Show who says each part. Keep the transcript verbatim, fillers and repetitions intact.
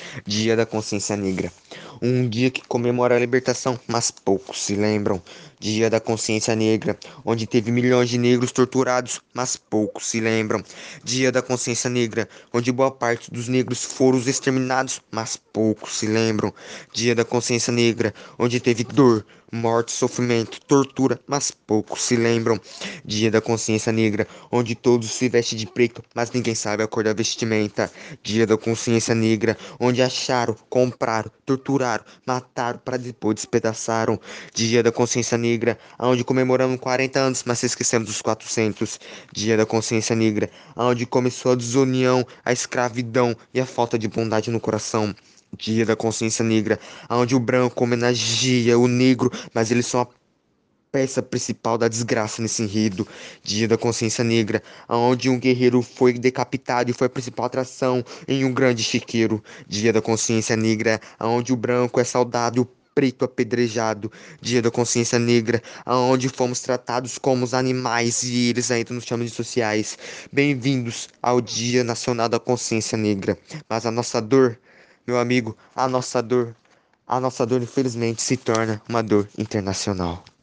Speaker 1: Dia da Consciência Negra. Um dia que comemora a libertação, mas poucos se lembram. Dia da Consciência Negra, onde teve milhões de negros torturados, mas poucos se lembram. Dia da Consciência Negra, onde boa parte dos negros foram exterminados, mas poucos se lembram. Dia da Consciência Negra, onde teve dor, morte, sofrimento, tortura, mas poucos se lembram. Dia da Consciência Negra, onde todos se vestem de preto, mas ninguém sabe a cor da vestimenta. Dia da Consciência Negra, onde acharam, compraram, torturaram, mataram para depois despedaçaram. Dia da Consciência Negra, onde comemoramos quarenta anos, mas esquecemos dos quatrocentos. Dia da Consciência Negra, onde começou a desunião, a escravidão e a falta de bondade no coração. Dia da Consciência Negra, onde o branco homenageia o negro, mas eles são a peça principal da desgraça nesse enredo. Dia da Consciência Negra, onde um guerreiro foi decapitado e foi a principal atração em um grande chiqueiro. Dia da Consciência Negra, onde o branco é saudado e o preto apedrejado. Dia da Consciência Negra, onde fomos tratados como os animais e eles ainda nos chamam de sociais. Bem-vindos ao Dia Nacional da Consciência Negra. Mas a nossa dor, meu amigo, a nossa dor, a nossa dor infelizmente se torna uma dor internacional.